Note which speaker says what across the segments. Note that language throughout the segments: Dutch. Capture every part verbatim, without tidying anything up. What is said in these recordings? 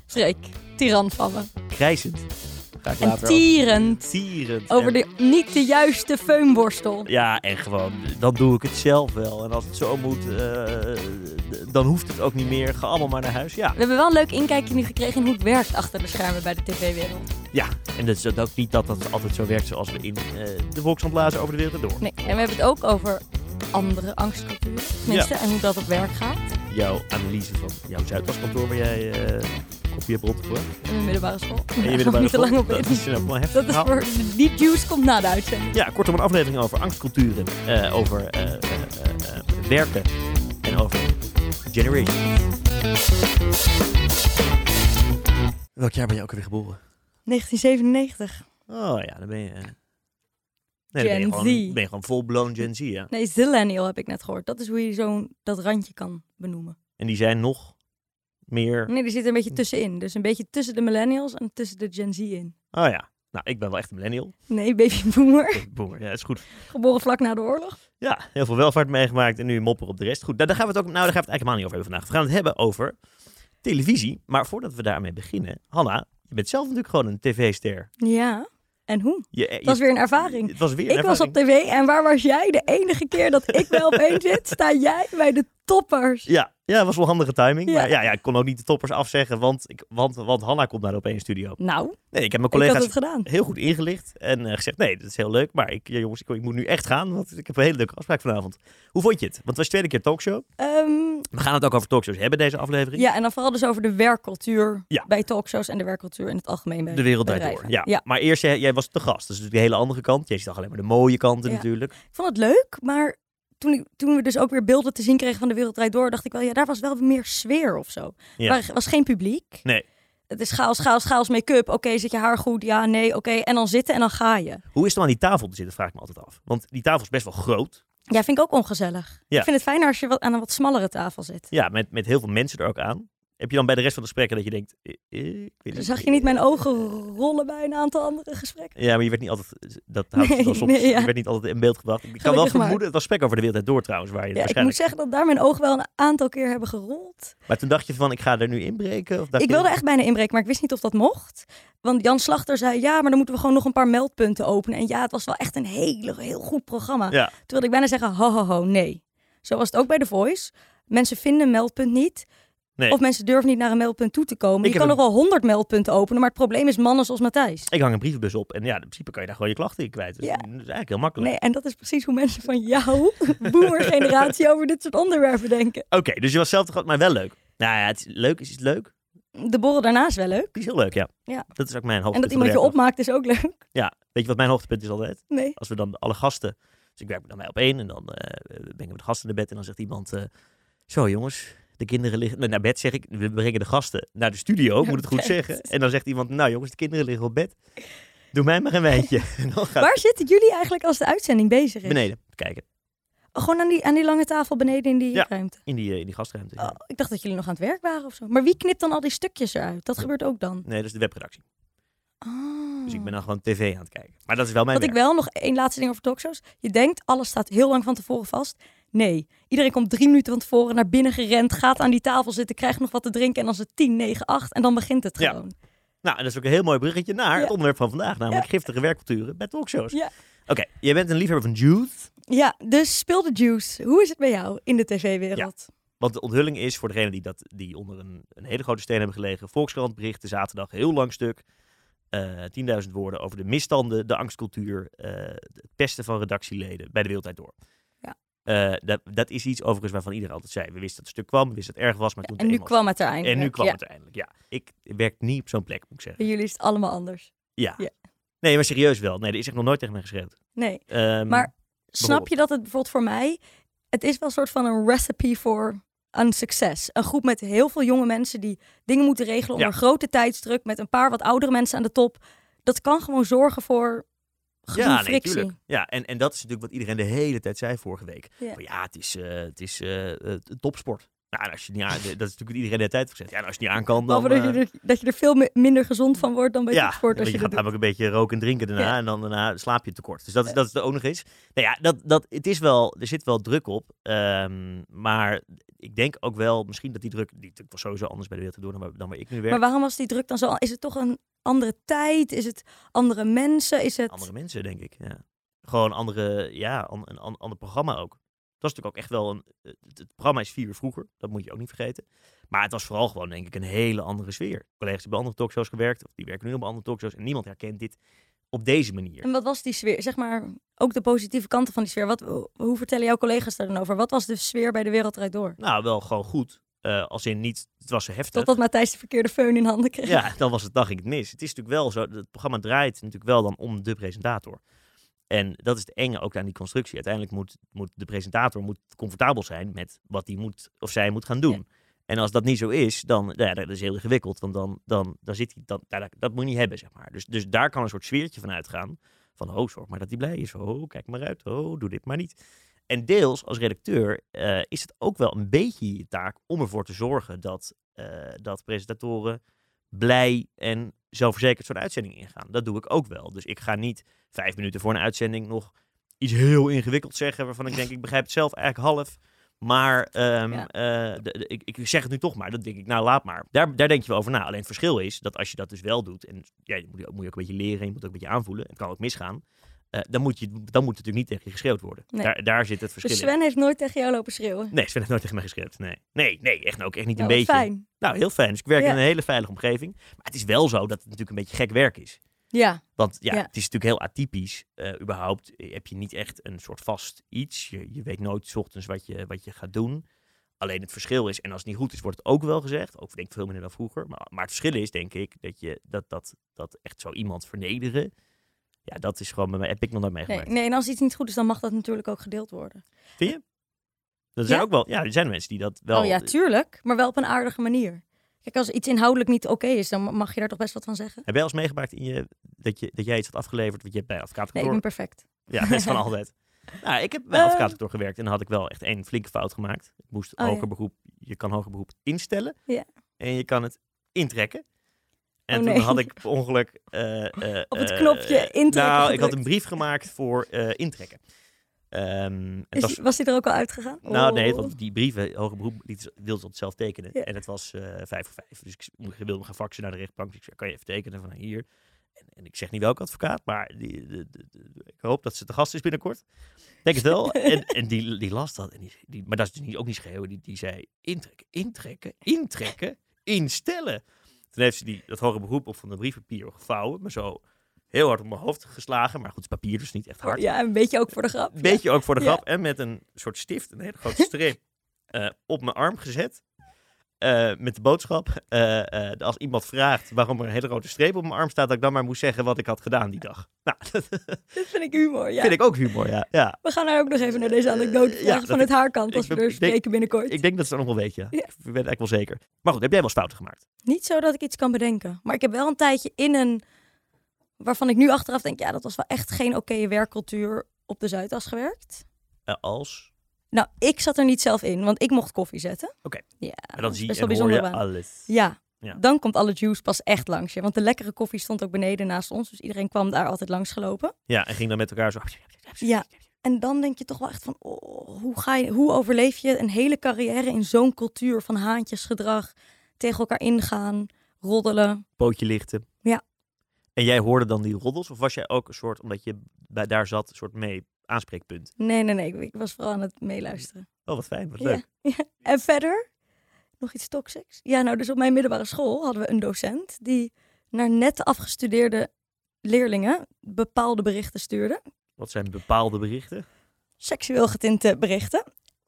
Speaker 1: Freek, tiran van me.
Speaker 2: Krijzend. Ga ik
Speaker 1: En
Speaker 2: later
Speaker 1: tierend.
Speaker 2: over. Tierend.
Speaker 1: Over
Speaker 2: En-
Speaker 1: de niet de juiste feunborstel.
Speaker 2: Ja, en gewoon, dan doe ik het zelf wel. En als het zo moet, uh, dan hoeft het ook niet meer. Ga allemaal maar naar huis. Ja,
Speaker 1: We hebben wel een leuk inkijkje nu gekregen in hoe het werkt achter de schermen bij de tv-wereld.
Speaker 2: ja. En dat is ook niet dat dat altijd zo werkt zoals we in uh, de Volkskrant lazen over de wereld door.
Speaker 1: Nee, en we hebben het ook over andere angstculturen. Tenminste, en hoe dat op werk gaat.
Speaker 2: Jouw analyse van jouw Zuidaskantoor waar jij uh, koffie hebt rondgebracht.
Speaker 1: In de middelbare school.
Speaker 2: En je
Speaker 1: Daar gaan we niet te lang op
Speaker 2: dat
Speaker 1: in.
Speaker 2: is ook wel heftig
Speaker 1: Dat is
Speaker 2: verhaal.
Speaker 1: voor die juice komt na de uitzending.
Speaker 2: Ja, kortom een aflevering over angstculturen, uh, over uh, uh, uh, uh, werken en over generation. Welk jaar ben je ook alweer geboren?
Speaker 1: negentien zevenennegentig.
Speaker 2: Oh ja, dan ben je... Uh, nee, dan
Speaker 1: Gen
Speaker 2: ben je
Speaker 1: Z.
Speaker 2: gewoon, ben je gewoon full-blown Gen Z, ja.
Speaker 1: Nee, Zillennial heb ik net gehoord. Dat is hoe je zo'n dat randje kan benoemen.
Speaker 2: En die zijn nog meer...
Speaker 1: Nee, die zit een beetje tussenin. Dus een beetje tussen de millennials en tussen de Gen Z in.
Speaker 2: Oh ja, nou, ik ben wel echt een millennial.
Speaker 1: Nee, babyboomer.
Speaker 2: Boomer, ja, is goed.
Speaker 1: Geboren vlak na de oorlog.
Speaker 2: Ja, heel veel welvaart meegemaakt en nu mopper op de rest. Goed, nou, daar gaan we het ook, nou, daar gaan we het eigenlijk helemaal niet over hebben vandaag. We gaan het hebben over televisie. Maar voordat we daarmee beginnen, Hanna, je bent zelf natuurlijk gewoon een tv-ster.
Speaker 1: Ja. En hoe?
Speaker 2: Je, je,
Speaker 1: Het was weer een ervaring.
Speaker 2: Het was weer een
Speaker 1: Ik was op
Speaker 2: ervaring.
Speaker 1: tv en waar was jij? De enige keer dat ik wel op één zit, sta jij bij de toppers.
Speaker 2: Ja, ja, dat was wel handige timing.
Speaker 1: Ja.
Speaker 2: Maar ja, ja, ik kon ook niet de toppers afzeggen, want, ik, want, want Hanna komt naar de Op één Studio.
Speaker 1: Nou,
Speaker 2: Nee, ik heb mijn
Speaker 1: ik had
Speaker 2: collega's
Speaker 1: het gedaan.
Speaker 2: heel goed ingelicht en uh, gezegd, nee, dat is heel leuk. Maar ik, ja, jongens, ik, ik moet nu echt gaan, want ik heb een hele leuke afspraak vanavond. Hoe vond je het? Want het was de tweede keer talkshow.
Speaker 1: Ehm,
Speaker 2: We gaan het ook over talkshows hebben, deze aflevering.
Speaker 1: ja, en dan vooral dus over de werkcultuur
Speaker 2: Ja.
Speaker 1: bij talkshows en de werkcultuur in het algemeen bij
Speaker 2: De wereld draait door.
Speaker 1: bedrijven.
Speaker 2: Ja.
Speaker 1: Ja.
Speaker 2: Maar eerst, jij, jij was te gast. Dat is natuurlijk de hele andere kant. Jij zag alleen maar de mooie kanten
Speaker 1: Ja.
Speaker 2: natuurlijk.
Speaker 1: Ik vond het leuk, maar toen, ik, toen we dus ook weer beelden te zien kregen van de wereld draait door, dacht ik wel, ja, daar was wel meer sfeer of zo.
Speaker 2: Ja.
Speaker 1: Er was geen publiek.
Speaker 2: Nee.
Speaker 1: Het is chaos, chaos, chaos, make-up. Oké, zit je haar goed? Ja, nee, oké. En dan zitten en dan ga je.
Speaker 2: Hoe is het om aan die tafel te zitten, vraag ik me altijd af. Want die tafel is best wel groot.
Speaker 1: Ja, vind ik ook ongezellig.
Speaker 2: Ja.
Speaker 1: Ik vind het fijner als je wat, aan een wat smallere tafel zit.
Speaker 2: Ja, met, met heel veel mensen er ook aan. Heb je dan bij de rest van de gesprekken dat je denkt... eh, eh, ik weet
Speaker 1: Zag je niet mijn ogen rollen bij een aantal andere gesprekken?
Speaker 2: Ja, maar je werd niet altijd... Dat houdt
Speaker 1: Nee,
Speaker 2: zich wel soms.
Speaker 1: nee, ja.
Speaker 2: Je werd niet altijd in beeld gebracht. Ik kan wel
Speaker 1: Gelukkig maar.
Speaker 2: vermoeden, het was spek over de wereld door trouwens. Waar je
Speaker 1: Ja, ik moet
Speaker 2: waarschijnlijk...
Speaker 1: zeggen dat daar mijn ogen wel een aantal keer hebben gerold.
Speaker 2: Maar toen dacht je van, ik ga er nu inbreken? Of dacht
Speaker 1: Ik
Speaker 2: je-
Speaker 1: wilde echt bijna inbreken, maar ik wist niet of dat mocht. Want Jan Slachter zei, ja, maar dan moeten we gewoon nog een paar meldpunten openen. En ja, het was wel echt een hele, heel goed programma.
Speaker 2: Ja.
Speaker 1: Toen wilde ik bijna zeggen, ho, ho, ho, nee. Zo was het ook bij The Voice. Mensen vinden een meldpunt niet.
Speaker 2: Nee.
Speaker 1: Of mensen durven niet naar een meldpunt toe te komen.
Speaker 2: Ik
Speaker 1: je
Speaker 2: heb
Speaker 1: kan
Speaker 2: een-
Speaker 1: nog wel honderd meldpunten openen, maar het probleem is mannen zoals Matthijs.
Speaker 2: Ik hang een brievenbus op. En ja, in principe kan je daar gewoon je klachten in kwijt. Dus
Speaker 1: Ja.
Speaker 2: dat is eigenlijk heel makkelijk.
Speaker 1: Nee, en dat is precies hoe mensen van jouw boomer-generatie over dit soort onderwerpen denken.
Speaker 2: Oké, dus je was zelf te groot, maar wel leuk. Nou ja, het is leuk. Is het leuk?
Speaker 1: De borrel daarna is wel leuk.
Speaker 2: Die is heel leuk, ja.
Speaker 1: Ja.
Speaker 2: Dat is ook mijn hoogtepunt.
Speaker 1: En dat
Speaker 2: van de
Speaker 1: iemand je
Speaker 2: werkdag.
Speaker 1: opmaakt is ook leuk.
Speaker 2: Ja, weet je wat mijn hoogtepunt is altijd?
Speaker 1: Nee.
Speaker 2: Als we dan alle gasten... Dus ik werk dan bij Op één en dan uh, brengen we de gasten naar bed. En dan zegt iemand... Uh, zo jongens, de kinderen liggen... Nee, naar bed zeg ik. We brengen de gasten naar de studio, moet het goed
Speaker 1: bed.
Speaker 2: zeggen. En dan zegt iemand... Nou jongens, de kinderen liggen op bed. Doe mij maar een wijntje. En dan gaat
Speaker 1: Waar zitten jullie eigenlijk als de uitzending bezig is?
Speaker 2: beneden kijken.
Speaker 1: Oh, gewoon aan die, aan die lange tafel beneden in die
Speaker 2: Ja.
Speaker 1: ruimte.
Speaker 2: In die, uh, in die gastruimte. ja.
Speaker 1: Oh, ik dacht dat jullie nog aan het werk waren of zo. Maar wie knipt dan al die stukjes eruit? Dat gebeurt ook dan.
Speaker 2: Nee, dat is de webredactie.
Speaker 1: Oh.
Speaker 2: Dus ik ben dan gewoon tv aan het kijken. Maar dat is wel mijn
Speaker 1: Wat ik
Speaker 2: werk.
Speaker 1: wel nog één laatste ding over talkshows. Je denkt, alles staat heel lang van tevoren vast. Nee, iedereen komt drie minuten van tevoren naar binnen gerend, gaat aan die tafel zitten, krijgt nog wat te drinken en dan is het tien, negen, acht en dan begint het
Speaker 2: Ja.
Speaker 1: gewoon.
Speaker 2: Nou, en dat is ook een heel mooi bruggetje naar
Speaker 1: Ja.
Speaker 2: het onderwerp van vandaag. Namelijk
Speaker 1: Ja.
Speaker 2: giftige werkculturen bij talkshows.
Speaker 1: Ja.
Speaker 2: Oké, jij bent een liefhebber van youth.
Speaker 1: Ja, dus speel de juice. Hoe is het bij jou in de tv-wereld?
Speaker 2: Want de onthulling is, voor degenen die, dat, die onder een, een hele grote steen hebben gelegen... Volkskrant berichtte zaterdag, heel lang stuk... Uh, tienduizend woorden over de misstanden, de angstcultuur... Uh, het pesten van redactieleden bij de Wereld Draait Door.
Speaker 1: Ja.
Speaker 2: Uh, dat, dat is iets overigens waarvan iedereen altijd zei. We wisten dat het stuk kwam, we wisten dat het erg was, maar toen
Speaker 1: En
Speaker 2: het
Speaker 1: nu
Speaker 2: eenmaal-
Speaker 1: kwam het er eindelijk.
Speaker 2: En nu kwam
Speaker 1: ja.
Speaker 2: het er eindelijk, ja. Ik werk niet op zo'n plek, moet ik zeggen.
Speaker 1: Bij jullie is het allemaal anders.
Speaker 2: Ja.
Speaker 1: Ja.
Speaker 2: Nee, maar serieus wel. Nee, er is echt nog nooit tegen mij geschreven.
Speaker 1: Nee,
Speaker 2: Um,
Speaker 1: maar snap je dat het bijvoorbeeld voor mij... Het is wel een soort van een recipe voor een succes. Een groep met heel veel jonge mensen die dingen moeten regelen onder
Speaker 2: Ja.
Speaker 1: grote tijdsdruk... met een paar wat oudere mensen aan de top. Dat kan gewoon zorgen voor genoeg
Speaker 2: Ja, nee,
Speaker 1: frictie.
Speaker 2: tuurlijk. Ja, en, en dat is natuurlijk wat iedereen de hele tijd zei vorige week.
Speaker 1: Ja.
Speaker 2: Van, ja, het is, uh, het is uh, uh, topsport. Nou, als je niet aan, dat is natuurlijk iedereen de tijd gezegd. Ja, nou, als je niet aan kan, dan...
Speaker 1: Behalve dat, je
Speaker 2: Uh,
Speaker 1: er, dat je er veel mi- minder gezond van wordt dan bij
Speaker 2: ja,
Speaker 1: topsport. Als
Speaker 2: je,
Speaker 1: je,
Speaker 2: je gaat
Speaker 1: dat doet.
Speaker 2: namelijk een beetje roken en drinken daarna.
Speaker 1: Ja.
Speaker 2: En dan daarna slaap je tekort. Dus dat is, dat is er ook nog eens. Nou ja, dat, dat, het is wel, er zit wel druk op. Um, maar ik denk ook wel, misschien dat die druk... Die druk was sowieso anders bij de wereld door dan, dan waar ik nu werk.
Speaker 1: Maar waarom was die druk dan zo? Is het toch een andere tijd? Is het andere mensen? Is het...
Speaker 2: Andere mensen, denk ik, ja. Gewoon andere, ja, een, een, een ander programma ook. Het was natuurlijk ook echt wel een... Het, het programma is vier uur vroeger, dat moet je ook niet vergeten. Maar het was vooral gewoon, denk ik, een hele andere sfeer. Collega's die bij andere talkshows gewerkt, of die werken nu op andere talkshows. En niemand herkent dit op deze manier.
Speaker 1: En wat was die sfeer? Zeg maar, ook de positieve kanten van die sfeer. Wat, hoe vertellen jouw collega's daar dan over? Wat was de sfeer bij de Wereld Draait Door?
Speaker 2: Nou, wel gewoon goed. Uh, als in niet, het was zo heftig.
Speaker 1: Totdat Matthijs de verkeerde föhn in handen kreeg.
Speaker 2: Ja, dan was het, dan ging het mis. Het is natuurlijk wel zo, het programma draait natuurlijk wel dan om de presentator. En dat is het enge ook aan die constructie. Uiteindelijk moet, moet de presentator moet comfortabel zijn met wat hij moet of zij moet gaan doen. Ja. En als dat niet zo is, dan ja, dat is heel ingewikkeld. Want dan, dan, dan zit hij, dan, dat, dat moet je niet hebben, zeg maar. Dus, dus daar kan een soort sfeertje van uitgaan. Van, oh, zorg maar dat hij blij is. Oh, kijk maar uit. Oh, doe dit maar niet. En deels, als redacteur, uh, is het ook wel een beetje je taak om ervoor te zorgen dat, uh, dat presentatoren blij en zelfverzekerd zo'n uitzending ingaan. Dat doe ik ook wel. Dus ik ga niet vijf minuten voor een uitzending nog iets heel ingewikkelds zeggen, waarvan ik denk, ik begrijp het zelf eigenlijk half. Maar um, ja. uh, de, de, ik, ik zeg het nu toch maar. Dat denk ik, nou laat maar. Daar, daar denk je wel over na. Alleen het verschil is dat als je dat dus wel doet, en ja, je moet, je, moet je ook een beetje leren, je moet ook een beetje aanvoelen, het kan ook misgaan. Uh, dan, moet je, dan moet het natuurlijk niet tegen je geschreeuwd worden.
Speaker 1: Nee.
Speaker 2: Daar, daar zit het verschil
Speaker 1: dus Sven
Speaker 2: in.
Speaker 1: heeft nooit tegen jou lopen schreeuwen?
Speaker 2: Nee, Sven heeft nooit tegen mij geschreeuwd. Nee, nee, nee echt, ook echt niet
Speaker 1: nou,
Speaker 2: een beetje.
Speaker 1: Fijn.
Speaker 2: Nou, heel fijn. Dus ik werk
Speaker 1: ja.
Speaker 2: in een hele veilige omgeving. Maar het is wel zo dat het natuurlijk een beetje gek werk is.
Speaker 1: Ja.
Speaker 2: Want ja,
Speaker 1: ja.
Speaker 2: het is natuurlijk heel atypisch. Uh, überhaupt heb je niet echt een soort vast iets. Je, je weet nooit 's ochtends wat je, wat je gaat doen. Alleen het verschil is, en als het niet goed is, wordt het ook wel gezegd. Ook denk ik veel minder dan vroeger. Maar, maar het verschil is, denk ik, dat je dat, dat, dat echt zo iemand vernederen. Ja, dat is gewoon, heb ik nog nooit meegemaakt.
Speaker 1: Nee, nee, en als iets niet goed is, dan mag dat natuurlijk ook gedeeld worden.
Speaker 2: Vind je? Dat zijn
Speaker 1: ja?
Speaker 2: ook wel, ja, er zijn mensen die dat wel...
Speaker 1: Oh ja, tuurlijk, maar wel op een aardige manier. Kijk, als iets inhoudelijk niet oké okay is, dan mag je daar toch best wat van zeggen.
Speaker 2: Heb jij al eens meegemaakt in je, dat, je, dat jij iets had afgeleverd wat je hebt bij advocaatkantoor?
Speaker 1: Nee, ik ben perfect.
Speaker 2: Ja, dat is van altijd. Nou, ik heb bij uh, advocaatkantoor gewerkt en dan had ik wel echt één flinke fout gemaakt. Ik moest oh, hoger ja. beroep, je kan hoger beroep instellen
Speaker 1: ja.
Speaker 2: en je kan het intrekken. En
Speaker 1: oh,
Speaker 2: toen
Speaker 1: nee.
Speaker 2: had ik per ongeluk... Uh, uh,
Speaker 1: op het knopje uh, intrekken
Speaker 2: Nou,
Speaker 1: gedrukt.
Speaker 2: ik had een brief gemaakt voor uh, intrekken. Um,
Speaker 1: Is,
Speaker 2: was,
Speaker 1: was die er ook al uitgegaan?
Speaker 2: Nou
Speaker 1: oh.
Speaker 2: nee, want die brieven, hoger beroep, wilde het zelf tekenen.
Speaker 1: Ja.
Speaker 2: En het was uh, vijf voor vijf. Dus ik wilde me gaan faxen naar de rechtbank. Dus ik zei, kan je even tekenen van hier? En, en ik zeg niet welke advocaat, maar die, de, de, de, ik hoop dat ze te gast is binnenkort. Denk het wel. en en die, die las dat. En die, die, maar dat is dus niet, ook niet schreeuwen. Die, die zei, intrekken, intrekken, intrekken, instellen. Toen heeft ze die, dat hoger beroep op van de briefpapier gevouwen, maar zo heel hard op mijn hoofd geslagen. Maar goed, het is papier, dus niet echt hard.
Speaker 1: Ja, een beetje ook voor de grap.
Speaker 2: Een beetje
Speaker 1: ja.
Speaker 2: ook voor de
Speaker 1: ja.
Speaker 2: grap. En met een soort stift, een hele grote streep, uh, op mijn arm gezet. Uh, met de boodschap, uh, uh, als iemand vraagt waarom er een hele grote streep op mijn arm staat, dat ik dan maar moest zeggen wat ik had gedaan die dag. Nou,
Speaker 1: dat vind ik humor, ja.
Speaker 2: Vind ik ook humor, ja. ja.
Speaker 1: We gaan daar ook nog even naar deze anekdote vragen uh, ja, van het haarkant, als ik, we er spreken denk, binnenkort.
Speaker 2: Ik denk dat ze dat nog wel weet, ja. ja. Ik weet eigenlijk wel zeker. Maar goed, heb jij wel eens fouten gemaakt?
Speaker 1: Niet zo dat ik iets kan bedenken. Maar ik heb wel een tijdje in een, waarvan ik nu achteraf denk, ja, dat was wel echt geen oké werkcultuur op de Zuidas gewerkt.
Speaker 2: Uh, als...
Speaker 1: Nou, ik zat er niet zelf in, want ik mocht koffie zetten.
Speaker 2: Oké. Okay.
Speaker 1: Ja,
Speaker 2: en dan zie je en hoor je baan. alles.
Speaker 1: Ja. ja, dan komt alle juice pas echt langs je. Want de lekkere koffie stond ook beneden naast ons. Dus iedereen kwam daar altijd langs gelopen.
Speaker 2: Ja, en ging dan met elkaar zo...
Speaker 1: Ja, en dan denk je toch wel echt van... Oh, hoe, ga je, hoe overleef je een hele carrière in zo'n cultuur van haantjesgedrag? Tegen elkaar ingaan, roddelen.
Speaker 2: Pootje lichten.
Speaker 1: Ja.
Speaker 2: En jij hoorde dan die roddels? Of was jij ook een soort, omdat je bij daar zat, een soort mee... aanspreekpunt?
Speaker 1: Nee, nee, nee. Ik was vooral aan het meeluisteren.
Speaker 2: Oh, wat fijn. Wat leuk.
Speaker 1: Ja, ja. En verder? Nog iets toxics? Ja, nou, dus op mijn middelbare school hadden we een docent die naar net afgestudeerde leerlingen bepaalde berichten stuurde.
Speaker 2: Wat zijn bepaalde berichten?
Speaker 1: Seksueel getinte berichten.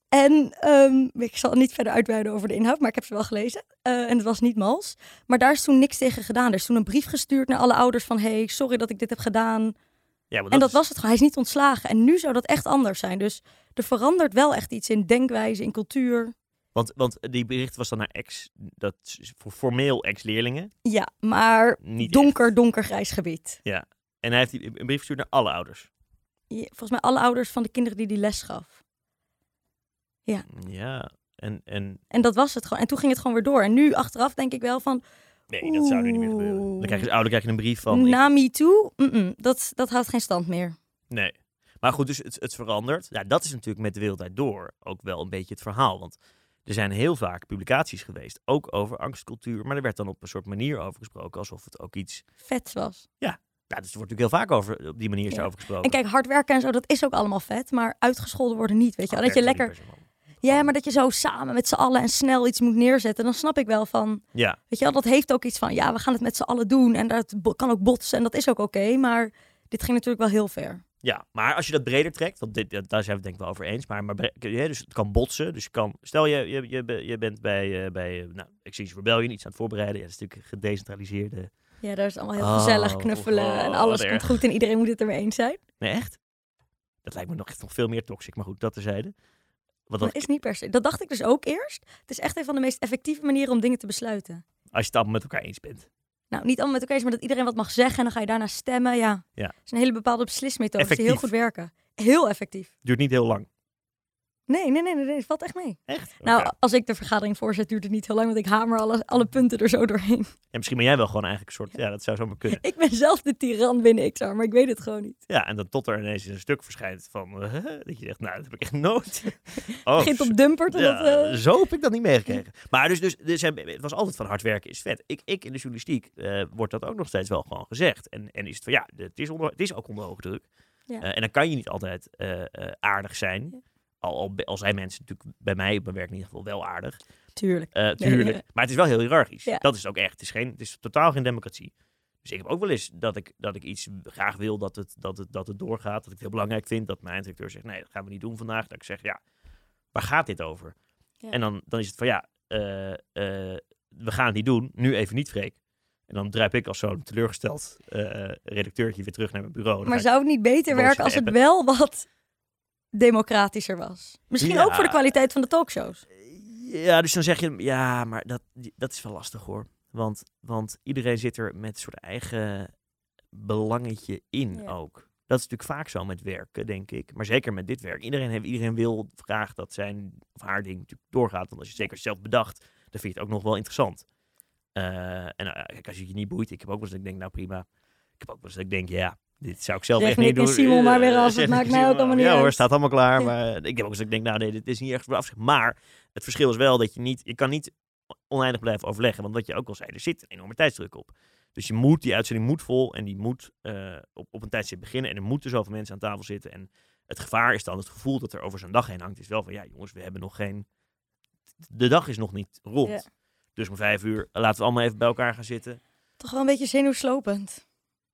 Speaker 1: En um, ik zal niet verder uitweiden over de inhoud, maar ik heb ze wel gelezen. Uh, en het was niet mals. Maar daar is toen niks tegen gedaan. Er is toen een brief gestuurd naar alle ouders van... hey, sorry dat ik dit heb gedaan...
Speaker 2: Ja, maar dat
Speaker 1: en dat
Speaker 2: is...
Speaker 1: was het gewoon. Hij is niet ontslagen. En nu zou dat echt anders zijn. Dus er verandert wel echt iets in denkwijze, in cultuur.
Speaker 2: Want, want die bericht was dan naar ex, dat is voor formeel ex-leerlingen.
Speaker 1: Ja, maar
Speaker 2: niet
Speaker 1: donker,
Speaker 2: echt.
Speaker 1: donkergrijs gebied.
Speaker 2: Ja, en hij heeft die, een brief gestuurd naar alle ouders.
Speaker 1: Ja, volgens mij alle ouders van de kinderen die die les gaf. Ja.
Speaker 2: Ja, En, en...
Speaker 1: en dat was het gewoon. En toen ging het gewoon weer door. En nu achteraf denk ik wel van...
Speaker 2: Nee, dat zou nu niet meer gebeuren. Dan krijg je, oh, dan krijg je een brief van...
Speaker 1: Na
Speaker 2: ik...
Speaker 1: MeToo, mm-mm, dat, dat houdt geen stand meer.
Speaker 2: Nee. Maar goed, dus het, het verandert. Ja, dat is natuurlijk met De Wereld Draait Door ook wel een beetje het verhaal. Want er zijn heel vaak publicaties geweest, ook over angstcultuur. Maar er werd dan op een soort manier over gesproken, alsof het ook iets...
Speaker 1: Vet was.
Speaker 2: Ja, ja dus er wordt natuurlijk heel vaak over, op die manier is
Speaker 1: ja.
Speaker 2: over gesproken.
Speaker 1: En kijk, hard werken en zo, dat is ook allemaal vet. Maar uitgescholden worden niet, weet je. Dat je lekker... Ja, maar dat je zo samen met z'n allen en snel iets moet neerzetten. Dan snap ik wel van...
Speaker 2: Ja.
Speaker 1: Weet je wel, dat heeft ook iets van... Ja, we gaan het met z'n allen doen. En dat kan ook botsen. En dat is ook oké. Okay, maar dit ging natuurlijk wel heel ver.
Speaker 2: Ja, maar als je dat breder trekt... Want dit, daar zijn we het denk ik wel over eens. Maar, maar ja, dus het kan botsen. Dus je kan... Stel, je, je, je, je bent bij, uh, bij uh, nou, Extinction Rebellion iets aan het voorbereiden. Ja, dat is natuurlijk een gedecentraliseerde...
Speaker 1: Ja, daar is allemaal heel gezellig
Speaker 2: oh,
Speaker 1: knuffelen.
Speaker 2: Oh,
Speaker 1: en alles komt
Speaker 2: erg.
Speaker 1: goed. En iedereen moet het ermee eens zijn.
Speaker 2: Nee, echt? Dat lijkt me nog, echt nog veel meer toxic. Maar goed, dat terzijde.
Speaker 1: Dat dat is niet per se. Dat dacht ik dus ook eerst. Het is echt een van de meest effectieve manieren om dingen te besluiten.
Speaker 2: Als je het allemaal met elkaar eens bent.
Speaker 1: Nou, niet allemaal met elkaar eens, maar dat iedereen wat mag zeggen en dan ga je daarna stemmen. Ja,
Speaker 2: ja.
Speaker 1: Dat is een hele bepaalde beslismethode die heel goed werken. Heel effectief.
Speaker 2: Duurt niet heel lang.
Speaker 1: Nee, nee, nee, nee, nee, het valt echt mee.
Speaker 2: Echt?
Speaker 1: Nou,
Speaker 2: okay.
Speaker 1: als ik de vergadering voorzet, duurt het niet heel lang, want ik hamer alle, alle punten er zo doorheen.
Speaker 2: En misschien ben jij wel gewoon eigenlijk een soort, ja, dat zou zomaar kunnen.
Speaker 1: Ik ben zelf de tiran binnen X R, maar ik weet het gewoon niet.
Speaker 2: Ja, en dan tot er ineens een stuk verschijnt van, uh, dat je zegt, nou, dat heb ik echt nooit.
Speaker 1: Oh, begint op Dumpert.
Speaker 2: Ja,
Speaker 1: dat, uh...
Speaker 2: Zo heb ik dat niet meegekregen. Maar dus, dus, dus het was altijd van hard werken is vet. Ik, ik in de journalistiek uh, wordt dat ook nog steeds wel gewoon gezegd. En, en is het van, ja, het is, onder, het is ook onder hoge druk. Ja. Uh, en dan kan je niet altijd uh, uh, aardig zijn. Ja. Al, al, al zijn mensen natuurlijk bij mij op mijn werk in ieder geval wel aardig.
Speaker 1: Tuurlijk.
Speaker 2: Uh, tuurlijk. Nee, ja. Maar het is wel heel hiërarchisch. Ja. Dat is ook echt. Het is, geen, het is totaal geen democratie. Dus ik heb ook wel eens dat ik, dat ik iets graag wil dat het, dat, het, dat het doorgaat. Dat ik het heel belangrijk vind. Dat mijn eindredacteur zegt, nee, dat gaan we niet doen vandaag. Dat ik zeg, ja, waar gaat dit over? Ja. En dan, dan is het van, ja, uh, uh, we gaan het niet doen. Nu even niet, Freek. En dan druip ik als zo'n teleurgesteld uh, redacteurtje weer terug naar mijn bureau.
Speaker 1: Maar zou het niet beter werken als het wel wat democratischer was? Misschien ja. ook voor de kwaliteit van de talkshows.
Speaker 2: Ja, dus dan zeg je, ja, maar dat, dat is wel lastig hoor. Want, want iedereen zit er met een soort eigen belangetje in ja. ook. Dat is natuurlijk vaak zo met werken, denk ik. Maar zeker met dit werk. Iedereen, heeft, iedereen wil graag dat zijn of haar ding natuurlijk doorgaat. Want als je het zeker zelf bedacht, dan vind je het ook nog wel interessant. Uh, en uh, kijk, als je je niet boeit. Ik heb ook wel eens dat ik denk, nou prima. Ik heb ook wel eens dat ik denk, ja, dit zou ik zelf
Speaker 1: zeg
Speaker 2: echt niet doen.
Speaker 1: Zeg Simon maar weer af, het maakt mij ook allemaal niet
Speaker 2: Ja
Speaker 1: uit.
Speaker 2: hoor, staat allemaal klaar. Maar ik heb ook eens dat ik denk, nou nee, dit is niet echt voor afspraak. Maar het verschil is wel dat je niet, je kan niet oneindig blijven overleggen. Want wat je ook al zei, er zit een enorme tijdsdruk op. Dus je moet, die uitzending moet vol en die moet uh, op, op een tijdstip beginnen. En er moeten zoveel mensen aan tafel zitten. En het gevaar is dan het gevoel dat er over zo'n dag heen hangt. Is wel van, ja jongens, we hebben nog geen... De dag is nog niet rond. Ja. Dus om vijf uur, laten we allemaal even bij elkaar gaan zitten.
Speaker 1: Toch wel een beetje zenuwslopend.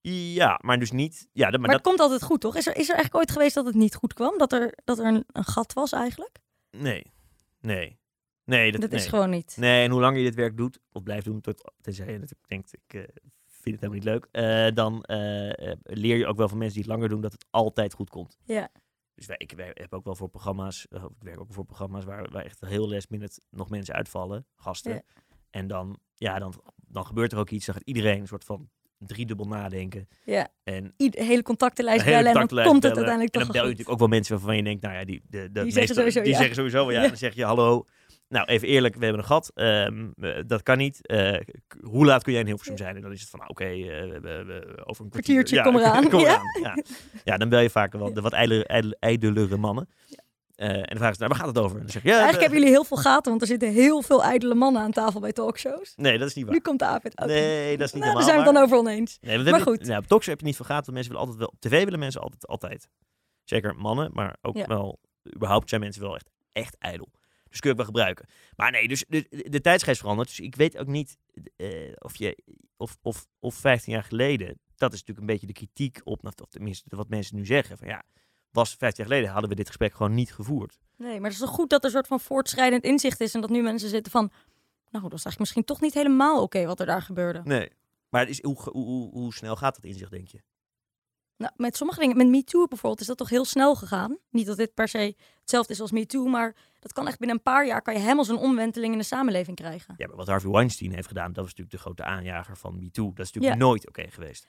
Speaker 2: Ja, maar dus niet... Ja, dat, maar
Speaker 1: maar het dat... komt altijd goed, toch? Is er, is er eigenlijk ooit geweest dat het niet goed kwam? Dat er, dat er een, een gat was eigenlijk?
Speaker 2: Nee. Nee. Nee, dat,
Speaker 1: dat
Speaker 2: nee.
Speaker 1: is gewoon niet.
Speaker 2: Nee, en hoe langer je dit werk doet, of blijft doen, tot, tenzij je natuurlijk denkt, ik uh, vind het helemaal niet leuk, uh, dan uh, uh, leer je ook wel van mensen die het langer doen, dat het altijd goed komt.
Speaker 1: Ja.
Speaker 2: Dus wij, ik werk, heb ook wel voor programma's, uh, ik werk ook voor programma's waar, waar echt heel last minute nog mensen uitvallen, gasten. Ja. En dan, ja, dan, dan gebeurt er ook iets, dan gaat iedereen een soort van driedubbel nadenken.
Speaker 1: Ja.
Speaker 2: En
Speaker 1: de hele contactenlijst bellen en dan komt
Speaker 2: bellen.
Speaker 1: het uiteindelijk
Speaker 2: en
Speaker 1: toch
Speaker 2: dan bel je natuurlijk ook wel mensen waarvan je denkt, nou ja, die, de, de
Speaker 1: die,
Speaker 2: meeste,
Speaker 1: zeggen, sowieso,
Speaker 2: die
Speaker 1: ja.
Speaker 2: zeggen sowieso, ja, ja. Dan zeg je, hallo, nou even eerlijk, we hebben een gat, um, uh, dat kan niet. Uh, hoe laat kun jij in Hilversum ja. zijn? En dan is het van, nou, oké, okay, uh, we, we, we, over een
Speaker 1: kwartiertje,
Speaker 2: ja,
Speaker 1: kom eraan.
Speaker 2: kom
Speaker 1: ja?
Speaker 2: eraan. Ja. Ja, dan bel je vaak wel de wat ijdele, ijdele, ijdelere mannen. Ja. Uh, en dan vragen ze, nou, waar gaat het over? En dan zeg je, ja,
Speaker 1: eigenlijk
Speaker 2: uh,
Speaker 1: hebben jullie heel veel gaten, want er zitten heel veel ijdele mannen aan tafel bij talkshows.
Speaker 2: Nee, dat is niet waar.
Speaker 1: Nu komt de aap uit.
Speaker 2: Nee, dat is niet
Speaker 1: nou,
Speaker 2: normaal.
Speaker 1: Daar zijn we het dan over oneens.
Speaker 2: Nee, we
Speaker 1: maar
Speaker 2: hebben,
Speaker 1: goed.
Speaker 2: Nou, op talkshow heb je niet veel gaten, want mensen willen altijd wel... Op tv willen mensen altijd, altijd. Zeker mannen, maar ook ja. wel... Überhaupt zijn mensen wel echt, echt ijdel. Dus kun je ook wel gebruiken. Maar nee, dus de, de, de tijdsgeest verandert. Dus ik weet ook niet uh, of je... Of, of, of vijftien jaar geleden... Dat is natuurlijk een beetje de kritiek op... Of tenminste wat mensen nu zeggen. Van ja, was vijftien jaar geleden hadden we dit gesprek gewoon niet gevoerd.
Speaker 1: Nee, maar het is toch goed dat er een soort van voortschrijdend inzicht is. En dat nu mensen zitten van... Nou, dat is eigenlijk misschien toch niet helemaal oké okay wat er daar gebeurde.
Speaker 2: Nee, maar het is, hoe, hoe, hoe, hoe snel gaat dat inzicht, denk je?
Speaker 1: Nou, met sommige dingen, met MeToo bijvoorbeeld, is dat toch heel snel gegaan. Niet dat dit per se hetzelfde is als MeToo, maar dat kan echt binnen een paar jaar kan je helemaal zo'n omwenteling in de samenleving krijgen.
Speaker 2: Ja, maar wat Harvey Weinstein heeft gedaan, dat was natuurlijk de grote aanjager van MeToo. Dat is natuurlijk
Speaker 1: ja.
Speaker 2: nooit oké okay geweest.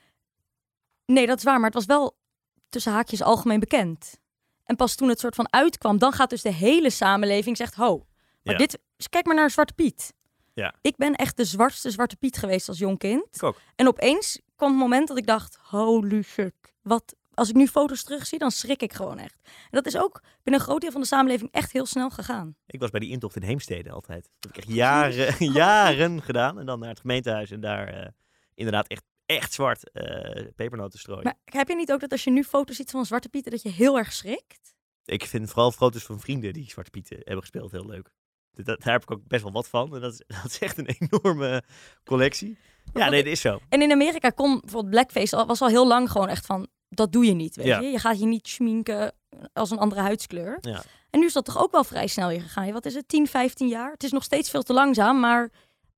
Speaker 1: Nee, dat is waar, maar het was wel tussen haakjes algemeen bekend. En pas toen het soort van uitkwam, dan gaat dus de hele samenleving zegt, ho, Maar
Speaker 2: Ja.
Speaker 1: dit, dus kijk maar naar Zwarte Piet.
Speaker 2: Ja.
Speaker 1: Ik ben echt de zwartste Zwarte Piet geweest als jong kind.
Speaker 2: Ik ook.
Speaker 1: En opeens kwam het moment dat ik dacht, holy shit. Wat, als ik nu foto's terugzie, dan schrik ik gewoon echt. En dat is ook binnen een groot deel van de samenleving echt heel snel gegaan.
Speaker 2: Ik was bij die intocht in Heemstede altijd. Dat heb ik echt jaren, jaren gedaan. En dan naar het gemeentehuis en daar eh, inderdaad echt, echt zwart eh, pepernoten strooien.
Speaker 1: Maar heb je niet ook dat als je nu foto's ziet van Zwarte Pieten, dat je heel erg schrikt?
Speaker 2: Ik vind vooral foto's van vrienden die Zwarte Pieten hebben gespeeld heel leuk. Dat, dat- daar heb ik ook best wel wat van. En dat is, dat is echt een enorme collectie. Ja, nee, dat is zo.
Speaker 1: En in Amerika kon bijvoorbeeld blackface al, was al heel lang gewoon echt van, dat doe je niet, weet
Speaker 2: Ja.
Speaker 1: je. Je gaat je niet schminken als een andere huidskleur.
Speaker 2: Ja.
Speaker 1: En nu is dat toch ook wel vrij snel weer gegaan. Wat is het, tien, vijftien jaar? Het is nog steeds veel te langzaam, maar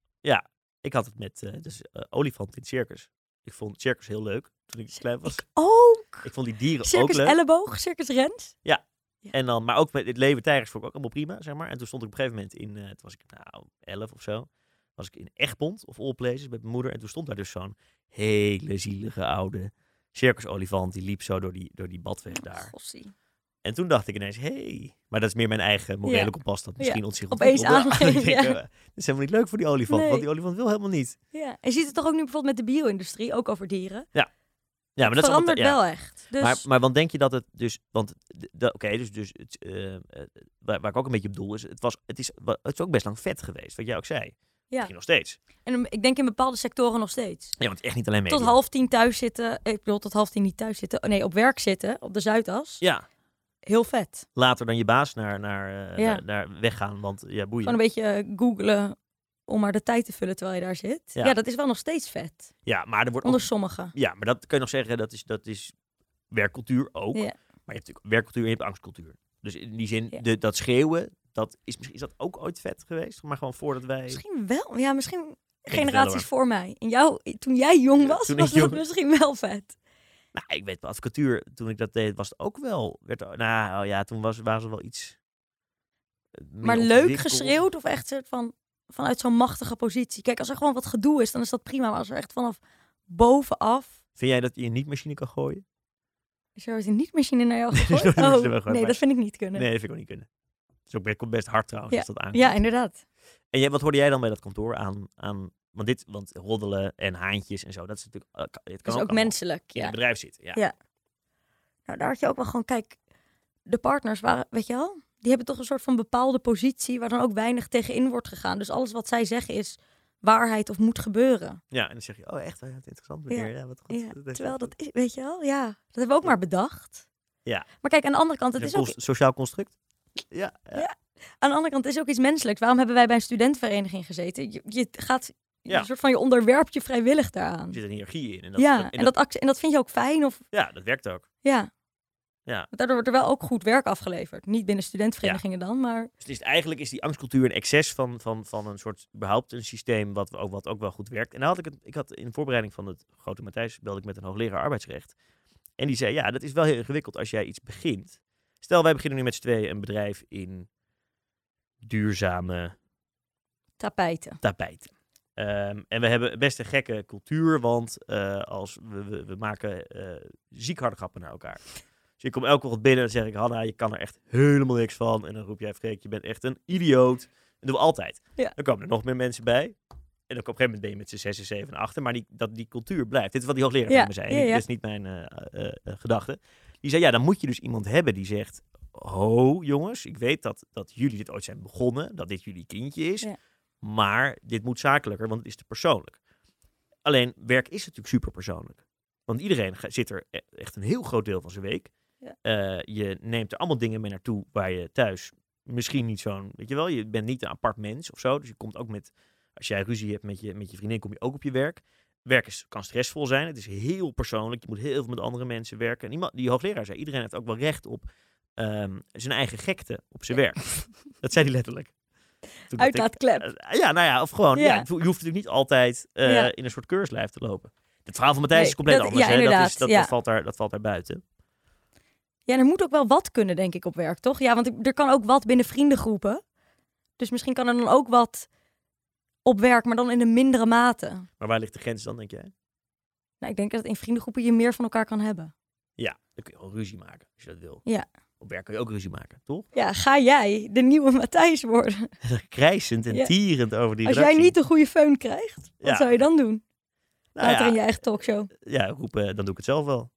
Speaker 2: Ik had het met eh, dus, eh, olifant in het circus. Ik vond het circus heel leuk toen ik klein was.
Speaker 1: ook.
Speaker 2: Ik vond die dieren ook
Speaker 1: Circus
Speaker 2: leuk.
Speaker 1: Elleboog, Circus Rens.
Speaker 2: En dan, maar ook met het leven tijgers vond ik ook allemaal prima, zeg maar. En toen stond ik op een gegeven moment in, eh, toen was ik nou elf of zo, was ik in Egmond of All Places met mijn moeder. En toen stond daar dus zo'n hele zielige oude circusolifant. Die liep zo door die, door die badweg daar.
Speaker 1: Gossie.
Speaker 2: En toen dacht ik ineens, hé, hey. Maar dat is meer mijn eigen morele
Speaker 1: Ja.
Speaker 2: kompas dat misschien
Speaker 1: Ja.
Speaker 2: ons zich
Speaker 1: Opeens
Speaker 2: ontwikkelde.
Speaker 1: aangeven,
Speaker 2: Ik denk,
Speaker 1: ja.
Speaker 2: eh, dit is helemaal niet leuk voor die olifant,
Speaker 1: Nee.
Speaker 2: want die olifant wil helemaal niet.
Speaker 1: Ja. En je ziet het toch ook nu bijvoorbeeld met de bio-industrie, ook over dieren.
Speaker 2: Ja, maar
Speaker 1: het
Speaker 2: dat is
Speaker 1: verandert
Speaker 2: allemaal- ja.
Speaker 1: wel echt. Dus
Speaker 2: Maar, maar want denk je dat het dus, want de- de- oké, dus, dus het, eh, eh, waar, waar ik ook een beetje op doel is, het was, het is, wa- het is ook best lang vet geweest, wat jij ook zei.
Speaker 1: ja.
Speaker 2: Misschien nog steeds.
Speaker 1: En ik denk in bepaalde sectoren nog steeds.
Speaker 2: Ja, want echt niet alleen media.
Speaker 1: Tot half tien thuis zitten. Ik bedoel, tot half tien niet thuis zitten. Nee, op werk zitten, op de Zuidas.
Speaker 2: Ja,
Speaker 1: Heel vet.
Speaker 2: later dan je baas naar, naar, eh,
Speaker 1: Ja.
Speaker 2: naar, naar weggaan, want ja, boeien.
Speaker 1: Gewoon een beetje eh, googlen om maar de tijd te vullen terwijl je daar zit.
Speaker 2: Ja.
Speaker 1: Ja, dat is wel nog steeds vet.
Speaker 2: Ja, maar er wordt ook,
Speaker 1: Onder sommigen.
Speaker 2: ja, maar dat kun je nog zeggen, dat is, dat is werkcultuur ook.
Speaker 1: Ja.
Speaker 2: Maar je hebt natuurlijk werkcultuur en je hebt angstcultuur. Dus in die zin,
Speaker 1: Ja.
Speaker 2: de, dat schreeuwen, dat is, misschien, is dat ook ooit vet geweest? Maar gewoon voordat wij...
Speaker 1: Misschien wel. Ja, misschien
Speaker 2: het wel,
Speaker 1: generaties
Speaker 2: hoor.
Speaker 1: voor mij. In jou, toen jij jong was,
Speaker 2: Toen ik
Speaker 1: was dat
Speaker 2: jong-
Speaker 1: misschien wel vet.
Speaker 2: Nou, ik weet wel, advocatuur, toen ik dat deed, was het ook wel... Werd, er- nou ja, toen was, waren ze wel iets... eh, meer
Speaker 1: Maar leuk
Speaker 2: ontwikkeld.
Speaker 1: geschreeuwd of echt soort van, vanuit zo'n machtige positie. Kijk, als er gewoon wat gedoe is, dan is dat prima. Maar als er echt vanaf bovenaf...
Speaker 2: Vind jij dat je een niet-machine kan gooien?
Speaker 1: Is er ooit een niet-machine naar jou
Speaker 2: Is
Speaker 1: gegooid?
Speaker 2: nooit een machine
Speaker 1: Oh,
Speaker 2: naar mij gegooid,
Speaker 1: nee,
Speaker 2: maar-
Speaker 1: dat vind ik niet kunnen.
Speaker 2: Nee, dat vind ik ook niet kunnen. Het is ook best, komt best hard trouwens,
Speaker 1: Ja.
Speaker 2: als dat aankomt.
Speaker 1: Ja, inderdaad.
Speaker 2: En jij, wat hoorde jij dan bij dat kantoor aan... aan want dit, want roddelen en haantjes en zo, dat is natuurlijk... eh, kan- het kan
Speaker 1: Dat is ook
Speaker 2: allemaal
Speaker 1: menselijk.
Speaker 2: in
Speaker 1: Ja.
Speaker 2: het bedrijf zitten. Ja.
Speaker 1: Ja. Nou, daar had je ook wel gewoon, kijk, de partners waren, weet je wel, die hebben toch een soort van bepaalde positie waar dan ook weinig tegenin wordt gegaan. Dus alles wat zij zeggen is waarheid of moet gebeuren.
Speaker 2: Ja, en dan zeg je, oh echt, ja, wat interessant
Speaker 1: Ja.
Speaker 2: meneer. Ja, wat goed.
Speaker 1: Ja,
Speaker 2: Dat heeft-
Speaker 1: terwijl dat is, weet je wel, ja, dat hebben we ook maar bedacht.
Speaker 2: Ja.
Speaker 1: Maar kijk, aan de andere kant, het
Speaker 2: Een
Speaker 1: is ook,
Speaker 2: cons- sociaal construct. Ja, ja.
Speaker 1: Ja. aan de andere kant het is ook iets menselijks. Waarom hebben wij bij een studentenvereniging gezeten? Je, je gaat,
Speaker 2: Ja.
Speaker 1: een soort van je onderwerpt je vrijwillig daaraan.
Speaker 2: Er zit een hiërarchie in. En dat,
Speaker 1: Ja,
Speaker 2: dat-
Speaker 1: en dat, ac- en dat vind je ook fijn of
Speaker 2: ja, dat werkt ook.
Speaker 1: ja.
Speaker 2: Ja.
Speaker 1: Want daardoor wordt er wel ook goed werk afgeleverd. Niet binnen studentenverenigingen dan, maar
Speaker 2: Dus het is, eigenlijk is die angstcultuur een excess van, van, van een soort, überhaupt een systeem wat ook, wat ook wel goed werkt. En dan had ik het, ik had in voorbereiding van het Grote Matthijs, belde ik met een hoogleraar arbeidsrecht. En die zei, ja, dat is wel heel ingewikkeld als jij iets begint. Stel, wij beginnen nu met z'n tweeën een bedrijf in duurzame
Speaker 1: tapijten.
Speaker 2: tapijten. Ehm, en we hebben best een gekke cultuur, want eh, als we, we, we maken eh, ziek harde grappen naar elkaar. Dus ik kom elke ochtend binnen en dan zeg ik, Hanna, je kan er echt helemaal niks van. En dan roep jij, Freek, je bent echt een idioot. Dat doen we altijd.
Speaker 1: Ja.
Speaker 2: Dan komen er nog meer mensen bij. En dan op een gegeven moment ben je met z'n zes en zeven en achter. Maar die, dat, die cultuur blijft. Dit is wat die hoogleraar
Speaker 1: Ja,
Speaker 2: tegen me zei.
Speaker 1: ja, ja.
Speaker 2: Dit is niet mijn eh, eh, eh, gedachte. Die zei, ja, dan moet je dus iemand hebben die zegt... Ho, jongens, ik weet dat, dat jullie dit ooit zijn begonnen. Dat dit jullie kindje is.
Speaker 1: Ja.
Speaker 2: Maar dit moet zakelijker, want het is te persoonlijk. Alleen, werk is natuurlijk super persoonlijk. Want iedereen ga- zit er e- echt een heel groot deel van zijn week.
Speaker 1: Ja.
Speaker 2: Eh, je neemt er allemaal dingen mee naartoe waar je thuis misschien niet zo'n... Weet je wel, je bent niet een apart mens of zo. Dus je komt ook met... Als jij ruzie hebt met je, met je vriendin, kom je ook op je werk. Werk is, kan stressvol zijn. Het is heel persoonlijk. Je moet heel veel met andere mensen werken. En iemand, die hoogleraar zei, iedereen heeft ook wel recht op ehm, zijn eigen gekte op zijn werk. Dat zei hij letterlijk. Toen dacht ik,
Speaker 1: Uitlaatklep.
Speaker 2: eh, ja, nou ja, of gewoon, ja.
Speaker 1: Ja.
Speaker 2: je hoeft natuurlijk niet altijd eh,
Speaker 1: Ja.
Speaker 2: in een soort keurslijf te lopen. Het verhaal van Matthijs
Speaker 1: Nee,
Speaker 2: is compleet
Speaker 1: dat-
Speaker 2: anders.
Speaker 1: ja,
Speaker 2: hè? Dat, is,
Speaker 1: inderdaad,
Speaker 2: dat,
Speaker 1: ja.
Speaker 2: dat, valt daar, dat valt daar buiten.
Speaker 1: Ja, en er moet ook wel wat kunnen, denk ik, op werk, toch? Ja, want ik- er kan ook wat binnen vriendengroepen. Dus misschien kan er dan ook wat op werk, maar dan in een mindere mate.
Speaker 2: Maar waar ligt de grens dan, denk jij?
Speaker 1: Nou, ik denk dat in vriendengroepen je meer van elkaar kan hebben.
Speaker 2: Ja, dan kun je wel ruzie maken, als je dat wil.
Speaker 1: Ja.
Speaker 2: op werk kun je ook ruzie maken, toch?
Speaker 1: Ja, ga jij de nieuwe Matthijs worden?
Speaker 2: Krijsend en
Speaker 1: Ja.
Speaker 2: tierend over die
Speaker 1: Als
Speaker 2: redactie.
Speaker 1: jij niet de goede föhn krijgt, wat
Speaker 2: Ja.
Speaker 1: zou je dan doen?
Speaker 2: Nou
Speaker 1: Later
Speaker 2: ja,
Speaker 1: in je eigen talkshow.
Speaker 2: Ja, roepen, dan doe ik het zelf wel.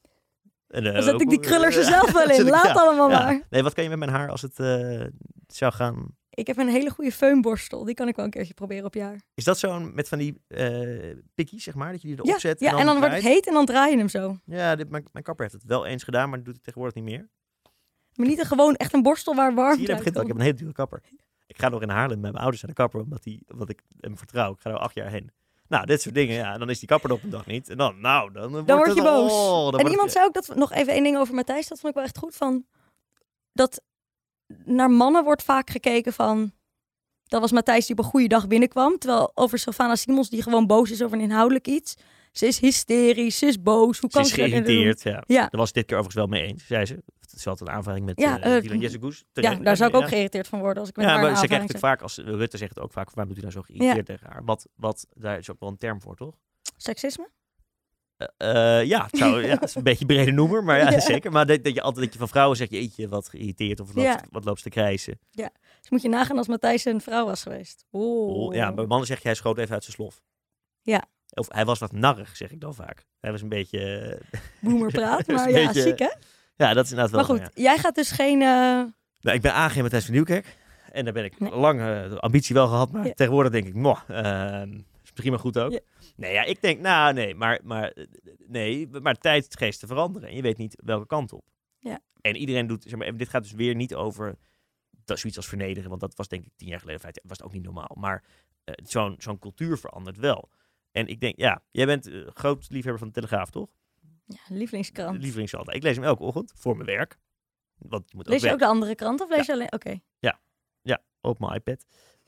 Speaker 2: En, uh,
Speaker 1: Dan zet ik die krullers er zelf wel in.
Speaker 2: Zet ik-
Speaker 1: Laat
Speaker 2: ja,
Speaker 1: allemaal
Speaker 2: ja.
Speaker 1: maar.
Speaker 2: Nee, wat kan je met mijn haar als het uh, zou gaan...
Speaker 1: Ik heb een hele goede föhnborstel. Die kan ik wel een keertje proberen op jaar.
Speaker 2: Is dat zo'n met van die uh, pikkies, zeg maar, dat je die erop
Speaker 1: Ja,
Speaker 2: zet?
Speaker 1: ja, en dan,
Speaker 2: draait?
Speaker 1: wordt het heet en dan draai je hem zo.
Speaker 2: Ja, dit, mijn, mijn kapper heeft het wel eens gedaan, maar dat doet het tegenwoordig niet meer.
Speaker 1: Maar niet een gewoon echt een borstel waar warm
Speaker 2: Zie je, daar begint al. Ik heb een hele dure kapper. Ik ga nog in Haarlem met mijn ouders naar de kapper, omdat, die, omdat ik hem vertrouw. Ik ga er al acht jaar heen. Nou, dit soort dingen, ja. En dan is die kapper er op een dag niet. En dan, nou, dan, dan,
Speaker 1: Dan word
Speaker 2: het,
Speaker 1: je boos.
Speaker 2: Oh, dan
Speaker 1: en
Speaker 2: wordt
Speaker 1: iemand
Speaker 2: het,
Speaker 1: zei ook, dat nog even één ding over Matthijs, dat vond ik wel echt goed, van dat naar mannen wordt vaak gekeken van, dat was Matthijs die op een goede dag binnenkwam, terwijl over Sylvana Simons die gewoon boos is over een inhoudelijk iets. Ze is hysterisch, ze is boos. Hoe
Speaker 2: Ze
Speaker 1: kan
Speaker 2: is
Speaker 1: ze dat doen?
Speaker 2: geïrriteerd, ja.
Speaker 1: Ja.
Speaker 2: Daar was het dit keer overigens wel mee eens, zei ze. Ze had een aanvaring met
Speaker 1: Ja,
Speaker 2: uh,
Speaker 1: uh,
Speaker 2: Dylan Jezegoes.
Speaker 1: Ja, daar zou ik ook geïrriteerd van worden als ik met
Speaker 2: Ja,
Speaker 1: haar
Speaker 2: maar
Speaker 1: een
Speaker 2: ze krijgt
Speaker 1: aanvaring
Speaker 2: natuurlijk vaak, als Rutte zegt het ook vaak, waarom doet hij nou zo geïrriteerd tegen haar? Wat, wat, daar is ook wel een term voor, toch?
Speaker 1: zeg. Seksisme?
Speaker 2: Uh, uh, ja, het, zou, ja, het is een beetje een brede noemer, maar ja,
Speaker 1: Ja.
Speaker 2: zeker. Maar dat, dat je altijd dat je van vrouwen zegt, jeetje, wat geïrriteerd of wat,
Speaker 1: Ja.
Speaker 2: wat loopt ze te krijsen.
Speaker 1: Dus moet je nagaan als Matthijs een vrouw was geweest. Oh.
Speaker 2: Oh, ja, bij mannen zeg je, hij schoot even uit zijn slof.
Speaker 1: Ja.
Speaker 2: Of hij was wat narrig, zeg ik dan vaak. Hij was een beetje... uh,
Speaker 1: Boomerpraat,
Speaker 2: Dat is
Speaker 1: maar
Speaker 2: een
Speaker 1: ja,
Speaker 2: beetje-
Speaker 1: ziek hè?
Speaker 2: ja, dat is inderdaad wel
Speaker 1: Maar goed,
Speaker 2: zo, ja.
Speaker 1: jij gaat dus geen... eh,
Speaker 2: Nou, ik ben aangegeven met Thijs van Nieuwkerk. En daar ben ik
Speaker 1: Nee.
Speaker 2: lang uh, de ambitie wel gehad. Maar
Speaker 1: Ja.
Speaker 2: tegenwoordig denk ik, moh, uh, is prima goed ook.
Speaker 1: Ja.
Speaker 2: Nee, ja, ik denk, nou nee, maar, maar, uh, nee, maar tijd is geest te veranderen. En je weet niet welke kant op.
Speaker 1: Ja.
Speaker 2: En iedereen doet, zeg maar, en dit gaat dus weer niet over dat zoiets als vernederen. Want dat was denk ik tien jaar geleden, feit, was het ook niet normaal. Maar uh, zo'n zo'n cultuur verandert wel. En ik denk, ja, jij bent uh, groot liefhebber van de Telegraaf, toch?
Speaker 1: ja, lievelingskrant.
Speaker 2: Lievelingskrant. Ik lees hem elke ochtend voor mijn werk. Want je moet
Speaker 1: Lees je
Speaker 2: werken.
Speaker 1: ook de andere krant of lees je alleen... Oké.
Speaker 2: Ja, op mijn iPad.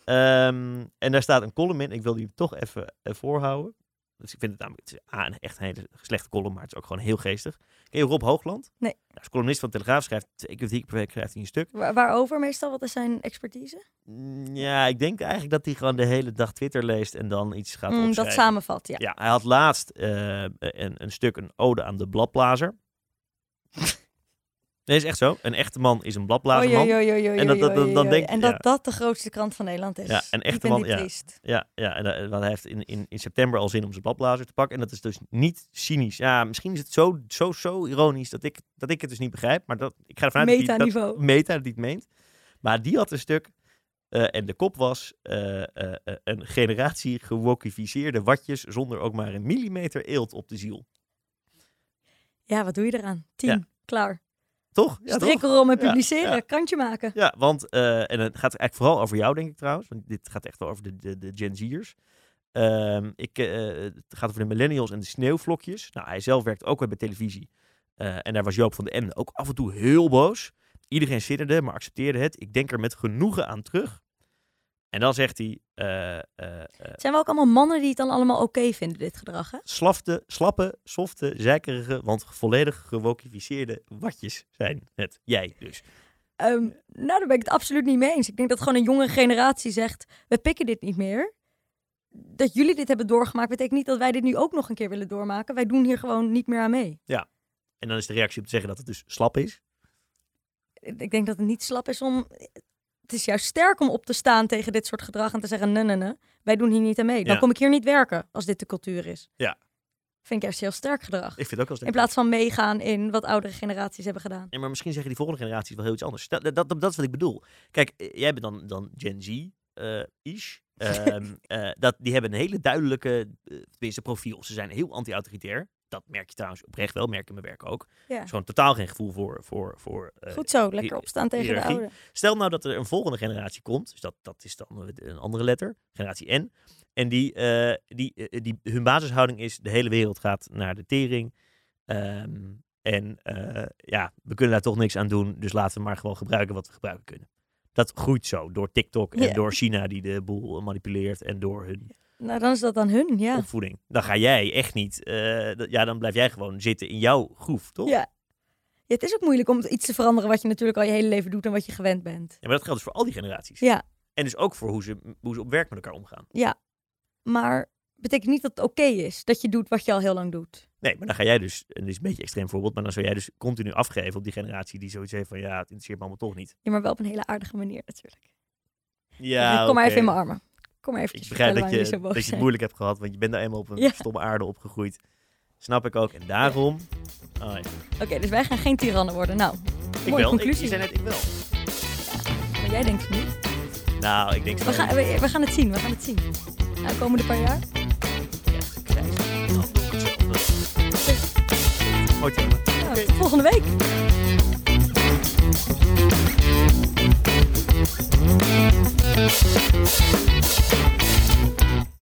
Speaker 2: Um, en daar staat een column in. Ik wil die toch even uh, voorhouden. Dus ik vind het namelijk het is, ah, een echt een hele slechte column, maar het is ook gewoon heel geestig. Ken je Rob Hoogland?
Speaker 1: Nee.
Speaker 2: Nou, als columnist van de Telegraaf schrijft twee keer drie per week schrijft hij een stuk.
Speaker 1: Waar, waarover meestal? Wat is zijn expertise?
Speaker 2: Mm, ja, ik denk eigenlijk dat hij gewoon de hele dag Twitter leest en dan iets gaat
Speaker 1: Mm,
Speaker 2: opschrijven.
Speaker 1: dat samenvat, ja.
Speaker 2: Ja, hij had laatst uh, een, een stuk, een ode aan de bladblazer. Nee, is echt zo. Een echte man is een bladblazerman.
Speaker 1: Oei, oei, oei, oei,
Speaker 2: En dat- dat-
Speaker 1: oei, oei,
Speaker 2: dan
Speaker 1: oei.
Speaker 2: denk-
Speaker 1: En dat
Speaker 2: ja.
Speaker 1: dat de grootste krant van Nederland is.
Speaker 2: Ja, een echte
Speaker 1: Diep en
Speaker 2: man,
Speaker 1: diep
Speaker 2: ja.
Speaker 1: triest.
Speaker 2: Ja, ja, en uh, want hij heeft in, in, in september al zin om zijn bladblazer te pakken. En dat is dus niet cynisch. Ja, misschien is het zo, zo, zo ironisch dat ik, dat ik het dus niet begrijp. Maar dat, ik ga ervan uit dat hij-
Speaker 1: Meta-niveau.
Speaker 2: dat meta dat hij het meent. Maar die had een stuk. Uh, en de kop was uh, uh, uh, een generatie gewokificeerde watjes zonder ook maar een millimeter eelt op de ziel.
Speaker 1: Ja, wat doe je eraan? Tien.
Speaker 2: Ja.
Speaker 1: Klaar.
Speaker 2: Toch? Ja, toch?
Speaker 1: Strikkelrom en
Speaker 2: Ja,
Speaker 1: publiceren.
Speaker 2: ja.
Speaker 1: Kantje maken.
Speaker 2: Ja, want, uh, en het gaat eigenlijk vooral over jou, denk ik trouwens. Want dit gaat echt wel over de, de, de Gen Z'ers. Um, ik, uh, het gaat over de millennials en de sneeuwvlokjes. Nou, hij zelf werkt ook weer bij televisie. Uh, en daar was Joop van den Ende ook af en toe heel boos. Iedereen sidderde, maar accepteerde het. Ik denk er met genoegen aan terug. En dan zegt hij... Uh, uh, uh,
Speaker 1: Het zijn wel ook allemaal mannen die het dan allemaal oké okay vinden, dit gedrag, hè?
Speaker 2: Slafte, slappe, softe, zeikerige, want volledig gewokificeerde watjes zijn het. Jij dus.
Speaker 1: Um, nou, daar ben ik het absoluut niet mee eens. Ik denk dat gewoon een jonge generatie zegt, we pikken dit niet meer. Dat jullie dit hebben doorgemaakt, betekent niet dat wij dit nu ook nog een keer willen doormaken. Wij doen hier gewoon niet meer aan mee.
Speaker 2: Ja, en dan is de reactie om te zeggen dat het dus slap is.
Speaker 1: Ik denk dat het niet slap is om... Het is juist sterk om op te staan tegen dit soort gedrag en te zeggen, nee, nee, nee, wij doen hier niet aan mee. Dan
Speaker 2: Ja.
Speaker 1: kom ik hier niet werken als dit de cultuur is.
Speaker 2: Ja.
Speaker 1: Vind ik juist heel sterk gedrag.
Speaker 2: Ik vind het ook wel sterk.
Speaker 1: In plaats van meegaan in wat oudere generaties hebben gedaan.
Speaker 2: Ja, maar misschien zeggen die volgende generaties wel heel iets anders. Dat, dat, dat, dat is wat ik bedoel. Kijk, eh, jij bent dan, dan Gen Z-ish. Um, uh, dat, die hebben een hele duidelijke uh, profiel. Ze zijn heel anti-autoritair. Dat merk je trouwens oprecht wel, merk ik in mijn werk ook.
Speaker 1: Ja.
Speaker 2: Dus gewoon totaal geen gevoel voor... voor, voor uh,
Speaker 1: Goed zo, lekker opstaan tegen de
Speaker 2: hiërarchie.
Speaker 1: oude.
Speaker 2: Stel nou dat er een volgende generatie komt. Dus dat, dat is dan een andere letter. Generatie N. En die, uh, die, uh, die, hun basishouding is... De hele wereld gaat naar de tering. Um, en uh, ja, we kunnen daar toch niks aan doen. Dus laten we maar gewoon gebruiken wat we gebruiken kunnen. Dat groeit zo door TikTok en
Speaker 1: Ja.
Speaker 2: door China die de boel manipuleert. En door hun
Speaker 1: Nou, dan is dat aan hun, ja.
Speaker 2: opvoeding. Dan ga jij echt niet... Uh, d- ja, dan blijf jij gewoon zitten in jouw groef, toch?
Speaker 1: Ja. Ja, het is ook moeilijk om iets te veranderen wat je natuurlijk al je hele leven doet en wat je gewend bent.
Speaker 2: Ja, maar dat geldt dus voor al die generaties.
Speaker 1: Ja,
Speaker 2: En dus ook voor hoe ze, hoe ze op werk met elkaar omgaan.
Speaker 1: ja. Maar betekent niet dat het oké is dat je doet wat je al heel lang doet.
Speaker 2: Nee, maar dan ga jij dus, en dit is een beetje een extreem voorbeeld, maar dan zou jij dus continu afgeven op die generatie die zoiets heeft van, ja, het interesseert me allemaal toch niet.
Speaker 1: Ja, maar wel op een hele aardige manier natuurlijk.
Speaker 2: Ja,
Speaker 1: Kom maar
Speaker 2: oké.
Speaker 1: even in mijn armen. Kom maar eventjes
Speaker 2: Ik begrijp dat
Speaker 1: vertellen
Speaker 2: je,
Speaker 1: waarom jullie zo boos
Speaker 2: dat je het
Speaker 1: zijn.
Speaker 2: moeilijk hebt gehad, want je bent daar eenmaal op een
Speaker 1: Ja.
Speaker 2: stomme aarde opgegroeid. Snap ik ook. En daarom... Oh, ja.
Speaker 1: Oké, okay, dus wij gaan geen tirannen worden. Nou,
Speaker 2: Ik
Speaker 1: mooie
Speaker 2: wel. Ik,
Speaker 1: conclusie.
Speaker 2: je zei net, ik wel.
Speaker 1: Maar jij denkt het niet.
Speaker 2: Nou, ik denk zo.
Speaker 1: We gaan, we, we gaan het zien, we gaan het zien. Nou, komende paar jaar.
Speaker 2: Ja, krijg je. Dan doe ik hetzelfde. Mooi thema.
Speaker 1: Nou,
Speaker 2: Oké.
Speaker 1: tot volgende week.